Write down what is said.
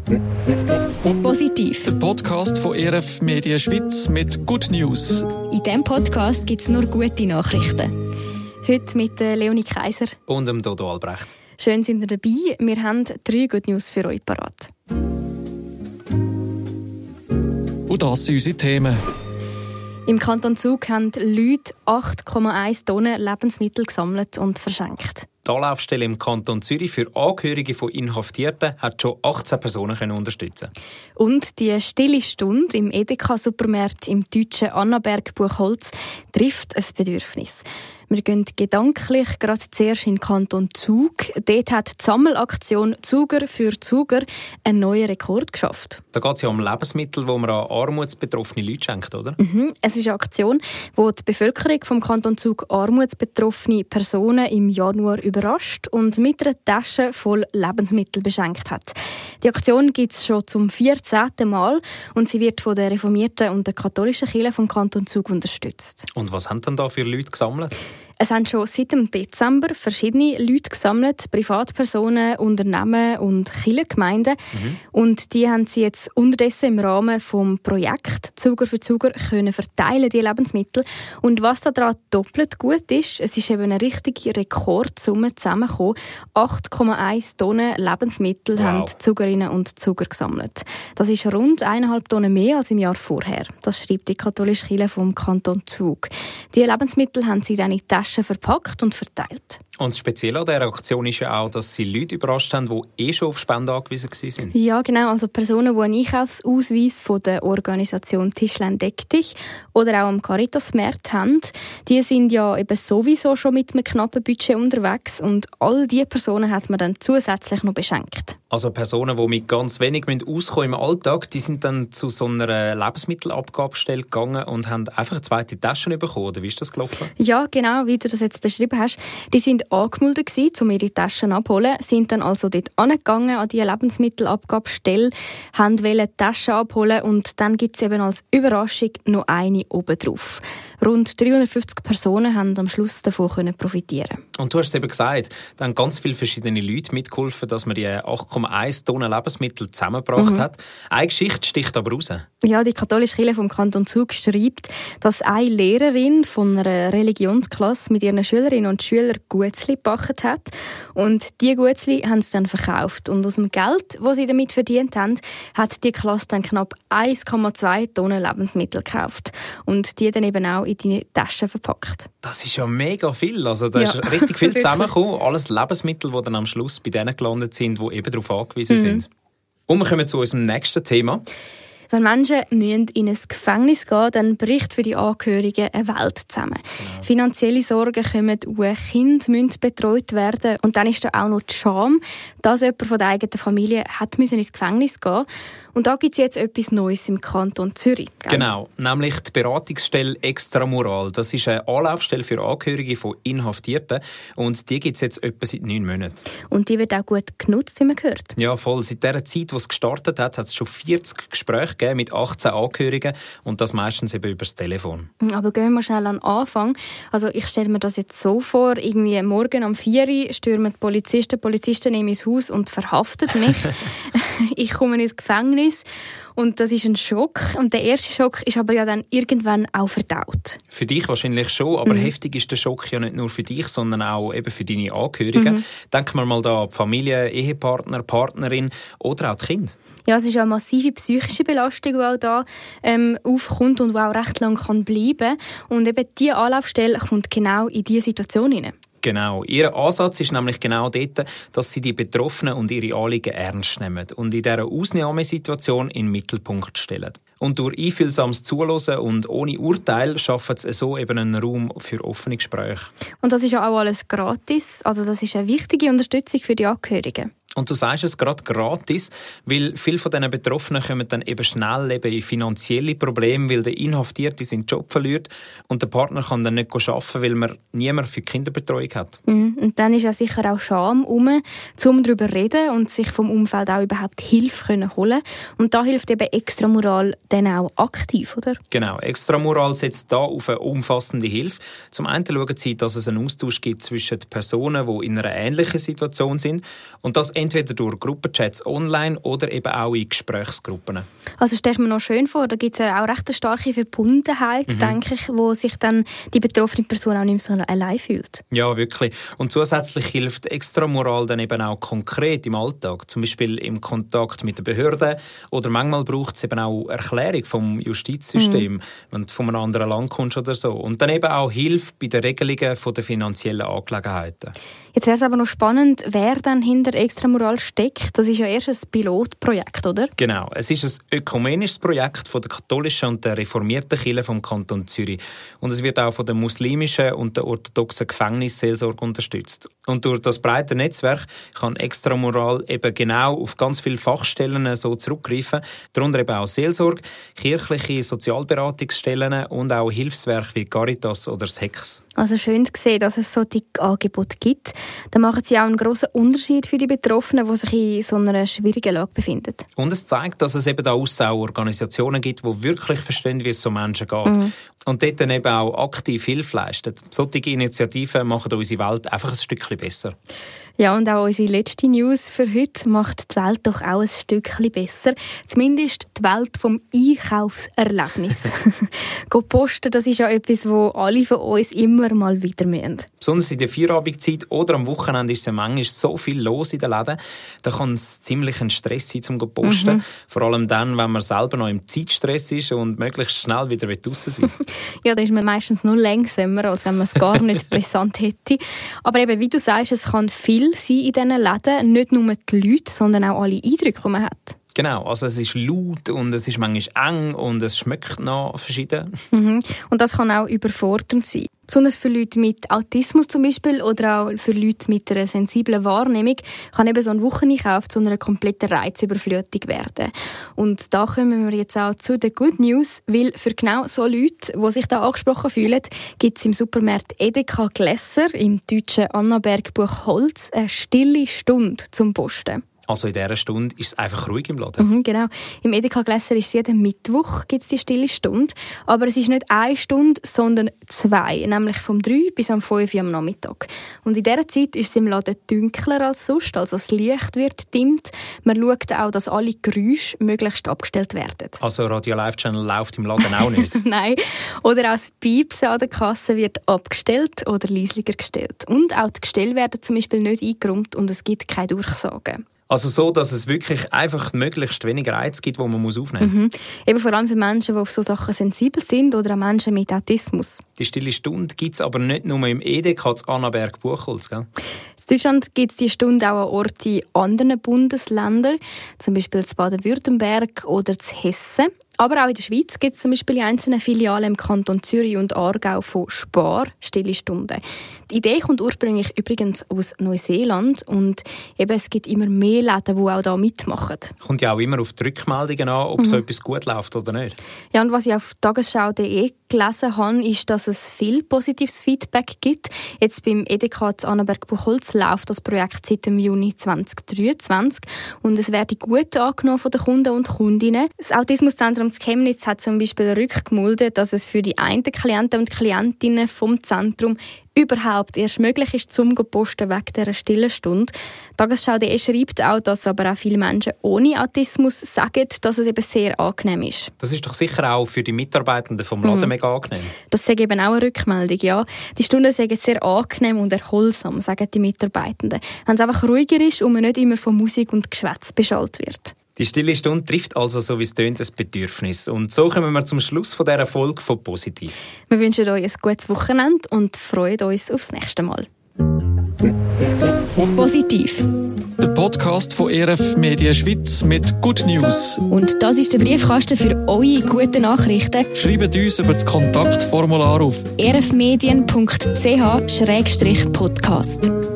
Positiv. Der Podcast von RF Media Schweiz mit Good News. In diesem Podcast gibt es nur gute Nachrichten. Heute mit Leonie Kaiser. Und dem Dodo Albrecht. Schön sind ihr dabei. Wir haben 3 Good News für euch parat. Und das sind unsere Themen. Im Kanton Zug haben Leute 8,1 Tonnen Lebensmittel gesammelt und verschenkt. Die Anlaufstelle im Kanton Zürich für Angehörige von Inhaftierten hat schon 18 Personen unterstützen. Und die stille Stunde im Edeka-Supermarkt im deutschen Annaberg Buchholz trifft ein Bedürfnis. Wir gehen gedanklich gerade zuerst in den Kanton Zug. Dort hat die Sammelaktion «Zuger für Zuger» einen neuen Rekord geschafft. Da geht es ja um Lebensmittel, die man an armutsbetroffene Leute schenkt, oder? Es ist eine Aktion, die die Bevölkerung vom Kanton Zug armutsbetroffene Personen im Januar überrascht und mit einer Tasche voll Lebensmittel beschenkt hat. Die Aktion gibt es schon zum 14. Mal und sie wird von der reformierten und der katholischen Kirche vom Kanton Zug unterstützt. Und was haben denn da für Leute gesammelt? Es haben schon seit dem Dezember verschiedene Leute gesammelt, Privatpersonen, Unternehmen und Kirchengemeinden. Und die haben sie jetzt unterdessen im Rahmen des Projekts «Zuger für Zuger» können verteilen, die Lebensmittel. Und was daran doppelt gut ist, es ist eben eine richtige Rekordsumme zusammengekommen. 8,1 Tonnen Lebensmittel haben die Zugerinnen und Zuger gesammelt. Das ist rund 1,5 Tonnen mehr als im Jahr vorher. Das schreibt die katholische Kirche vom Kanton Zug. Die Lebensmittel haben sie dann in Taschen verpackt und verteilt. Und das Spezielle an dieser Aktion ist ja auch, dass sie Leute überrascht haben, die schon auf Spenden angewiesen waren. Ja, genau. Also Personen, die einen Einkaufsausweis von der Organisation Tischlein deck dich oder auch am Caritas-Markt haben, die sind ja eben sowieso schon mit einem knappen Budget unterwegs und all diese Personen hat man dann zusätzlich noch beschenkt. Also Personen, die mit ganz wenig auskommen im Alltag, die sind dann zu so einer Lebensmittelabgabestelle gegangen und haben einfach zweite Taschen bekommen. Oder wie ist das gelaufen? Ja, genau, wie du das jetzt beschrieben hast. Die sind angemeldet gewesen, um ihre Taschen abzuholen, sind dann also dort angegangen an die Lebensmittelabgabestelle, wollten Taschen abholen und dann gibt es eben als Überraschung noch eine oben drauf. Rund 350 Personen haben am Schluss davon profitieren. Und du hast es eben gesagt, da haben ganz viele verschiedene Leute mitgeholfen, dass man die 8,1 Tonnen Lebensmittel zusammengebracht hat. Eine Geschichte sticht aber raus. Ja, die katholische Kirche vom Kanton Zug schreibt, dass eine Lehrerin von einer Religionsklasse mit ihren Schülerinnen und Schülern Guetzli gebacken hat. Und diese Guetzli haben sie dann verkauft. Und aus dem Geld, das sie damit verdient haben, hat die Klasse dann knapp 1,2 Tonnen Lebensmittel gekauft. Und die dann eben auch in die Taschen verpackt. Das ist ja mega viel. Also da ist richtig viel zusammengekommen. Alles Lebensmittel, die dann am Schluss bei denen gelandet sind, die eben darauf angewiesen sind. Und wir kommen zu unserem nächsten Thema. Wenn Menschen in ein Gefängnis gehen, dann bricht für die Angehörigen eine Welt zusammen. Genau. Finanzielle Sorgen kommen, Kinder betreut werden. Und dann ist da auch noch die Scham, dass jemand von der eigenen Familie hat ins Gefängnis gehen. Und da gibt es jetzt etwas Neues im Kanton Zürich. Gell? Genau, nämlich die Beratungsstelle Extramural. Das ist eine Anlaufstelle für Angehörige von Inhaftierten. Und die gibt es jetzt etwa seit 9 Monaten. Und die wird auch gut genutzt, wie man hört. Ja, voll. Seit dieser Zeit, wo es gestartet hat, hat es schon 40 Gespräche gegeben mit 18 Angehörigen. Und das meistens eben über das Telefon. Aber gehen wir mal schnell an den Anfang. Also ich stelle mir das jetzt so vor, irgendwie morgen um 4 Uhr stürmen die Polizisten in mein Haus und verhaften mich. Ich komme ins Gefängnis. Und das ist ein Schock. Und der erste Schock ist aber ja dann irgendwann auch verdaut. Für dich wahrscheinlich schon, aber heftig ist der Schock ja nicht nur für dich, sondern auch eben für deine Angehörigen. Denken wir mal da an die Familie, Ehepartner, Partnerin oder auch die Kinder. Ja, es ist ja eine massive psychische Belastung, die auch da aufkommt und die auch recht lang bleiben kann. Und eben diese Anlaufstelle kommt genau in diese Situation hinein. Genau. Ihr Ansatz ist nämlich genau dort, dass sie die Betroffenen und ihre Anliegen ernst nehmen und in dieser Ausnahmesituation in den Mittelpunkt stellen. Und durch einfühlsames Zuhören und ohne Urteil schaffen sie so eben einen Raum für offene Gespräche. Und das ist ja auch alles gratis. Also das ist eine wichtige Unterstützung für die Angehörigen. Und du sagst es gerade gratis, weil viele von diesen Betroffenen kommen dann eben schnell in finanzielle Probleme, weil der Inhaftierte seinen Job verliert und der Partner kann dann nicht arbeiten, weil man niemand für die Kinderbetreuung hat. Und dann ist ja sicher auch Scham um darüber zu reden und sich vom Umfeld auch überhaupt Hilfe holen. Und da hilft eben Extramural dann auch aktiv, oder? Genau, Extramural setzt da auf eine umfassende Hilfe. Zum einen schauen sie, dass es einen Austausch gibt zwischen den Personen, die in einer ähnlichen Situation sind und das entweder durch Gruppenchats online oder eben auch in Gesprächsgruppen. Also stelle ich mir noch schön vor, da gibt es auch recht eine starke Verbundenheit, denke ich, wo sich dann die betroffene Person auch nicht mehr so allein fühlt. Ja, wirklich. Und zusätzlich hilft Extramoral dann eben auch konkret im Alltag, zum Beispiel im Kontakt mit den Behörden oder manchmal braucht es eben auch Erklärung vom Justizsystem, wenn du von einem anderen Land kommst oder so. Und dann eben auch Hilfe bei den Regelungen der finanziellen Angelegenheiten. Jetzt wäre es aber noch spannend, wer dann hinter Extramoral steckt. Das ist ja erst ein Pilotprojekt, oder? Genau. Es ist ein ökumenisches Projekt von der katholischen und der reformierten Kirche vom Kanton Zürich. Und es wird auch von der muslimischen und der orthodoxen Gefängnisseelsorge unterstützt. Und durch das breite Netzwerk kann Extramoral eben genau auf ganz viele Fachstellen so zurückgreifen. Darunter eben auch Seelsorge, kirchliche Sozialberatungsstellen und auch Hilfswerke wie Caritas oder das HEX. Also schön zu sehen, dass es solche Angebote gibt. Da machen sie auch einen grossen Unterschied für die Betroffenen, die sich in so einer schwierigen Lage befinden. Und es zeigt, dass es eben da auch Organisationen gibt, die wirklich verstehen, wie es so Menschen geht. Und dort dann eben auch aktiv Hilfe leisten. Solche Initiativen machen unsere Welt einfach ein Stückchen besser. Ja, und auch unsere letzte News für heute macht die Welt doch auch ein Stückchen besser. Zumindest die Welt vom Einkaufserlebnis. Posten, das ist ja etwas, wo alle von uns immer mal wieder müssen. Besonders in der Feierabendszeit oder am Wochenende ist es manchmal so viel los in den Läden. Da kann es ziemlich ein Stress sein, zum Posten. Vor allem dann, wenn man selber noch im Zeitstress ist und möglichst schnell wieder draussen sein will. Ja, da ist man meistens noch langsamer, als wenn man es gar nicht brisant hätte. Aber eben, wie du sagst, es kann viel sein in diesen Läden. Nicht nur die Leute, sondern auch alle Eindrücke, die man hat. Genau, also es ist laut und es ist manchmal eng und es schmeckt noch verschieden. Und das kann auch überfordernd sein. Besonders für Leute mit Autismus zum Beispiel oder auch für Leute mit einer sensiblen Wahrnehmung kann eben so ein Wocheneinkauf zu einer kompletten Reizüberflutung werden. Und da kommen wir jetzt auch zu den Good News, weil für genau so Leute, die sich da angesprochen fühlen, gibt es im Supermarkt Edeka Glässer, im deutschen Annaberg Buchholz, eine stille Stunde zum Posten. Also in dieser Stunde ist es einfach ruhig im Laden. Genau. Im Edeka Glässer ist es jeden Mittwoch gibt's die stille Stunde. Aber es ist nicht 1 Stunde, sondern 2. Nämlich vom 3 bis am 5 Uhr am Nachmittag. Und in dieser Zeit ist es im Laden dunkler als sonst. Also das Licht wird dimmt. Man schaut auch, dass alle Geräusche möglichst abgestellt werden. Also Radio Live Channel läuft im Laden auch nicht? Nein. Oder auch das Piepsen an der Kasse wird abgestellt oder leislicher gestellt. Und auch die Gestelle werden zum Beispiel nicht eingeräumt und es gibt keine Durchsagen. Also so, dass es wirklich einfach möglichst wenig Reiz gibt, die man aufnehmen muss. Eben vor allem für Menschen, die auf solche Sachen sensibel sind oder auch Menschen mit Autismus. Die stille Stunde gibt es aber nicht nur im Edeka in Annaberg Buchholz, gell? In Deutschland gibt es die Stunde auch an Orten in anderen Bundesländern, zum Beispiel in Baden-Württemberg oder in Hessen. Aber auch in der Schweiz gibt es zum Beispiel in einzelnen Filialen im Kanton Zürich und Aargau von Spar stille Stunden. Die Idee kommt ursprünglich übrigens aus Neuseeland und eben, es gibt immer mehr Läden, die auch da mitmachen. Kommt ja auch immer auf die Rückmeldungen an, ob so etwas gut läuft oder nicht. Ja, und was ich auf tagesschau.de gelesen habe, ist, dass es viel positives Feedback gibt. Jetzt beim Edeka in Annaberg Buchholz läuft das Projekt seit dem Juni 2023 und es werde gut angenommen von den Kunden und Kundinnen. Das Autismuszentrum in Chemnitz hat zum Beispiel rückgemeldet, dass es für die einen Klienten und Klientinnen vom Zentrum überhaupt erst möglich ist, zum Posten wegen dieser stillen Stunde. Tagesschau.de schreibt auch, dass aber auch viele Menschen ohne Autismus sagen, dass es eben sehr angenehm ist. Das ist doch sicher auch für die Mitarbeitenden vom Laden mega angenehm. Das ist eben auch eine Rückmeldung, ja. Die Stunden sind sehr angenehm und erholsam, sagen die Mitarbeitenden. Wenn es einfach ruhiger ist und man nicht immer von Musik und Geschwätz beschallt wird. Die stille Stunde trifft also, so wie es tönt, ein Bedürfnis. Und so kommen wir zum Schluss von dieser Folge von Positiv. Wir wünschen euch ein gutes Wochenende und freuen uns aufs nächste Mal. Positiv. Der Podcast von ERF Media Schweiz mit Good News. Und das ist der Briefkasten für eure guten Nachrichten. Schreibt uns über das Kontaktformular auf erfmedien.ch/podcast.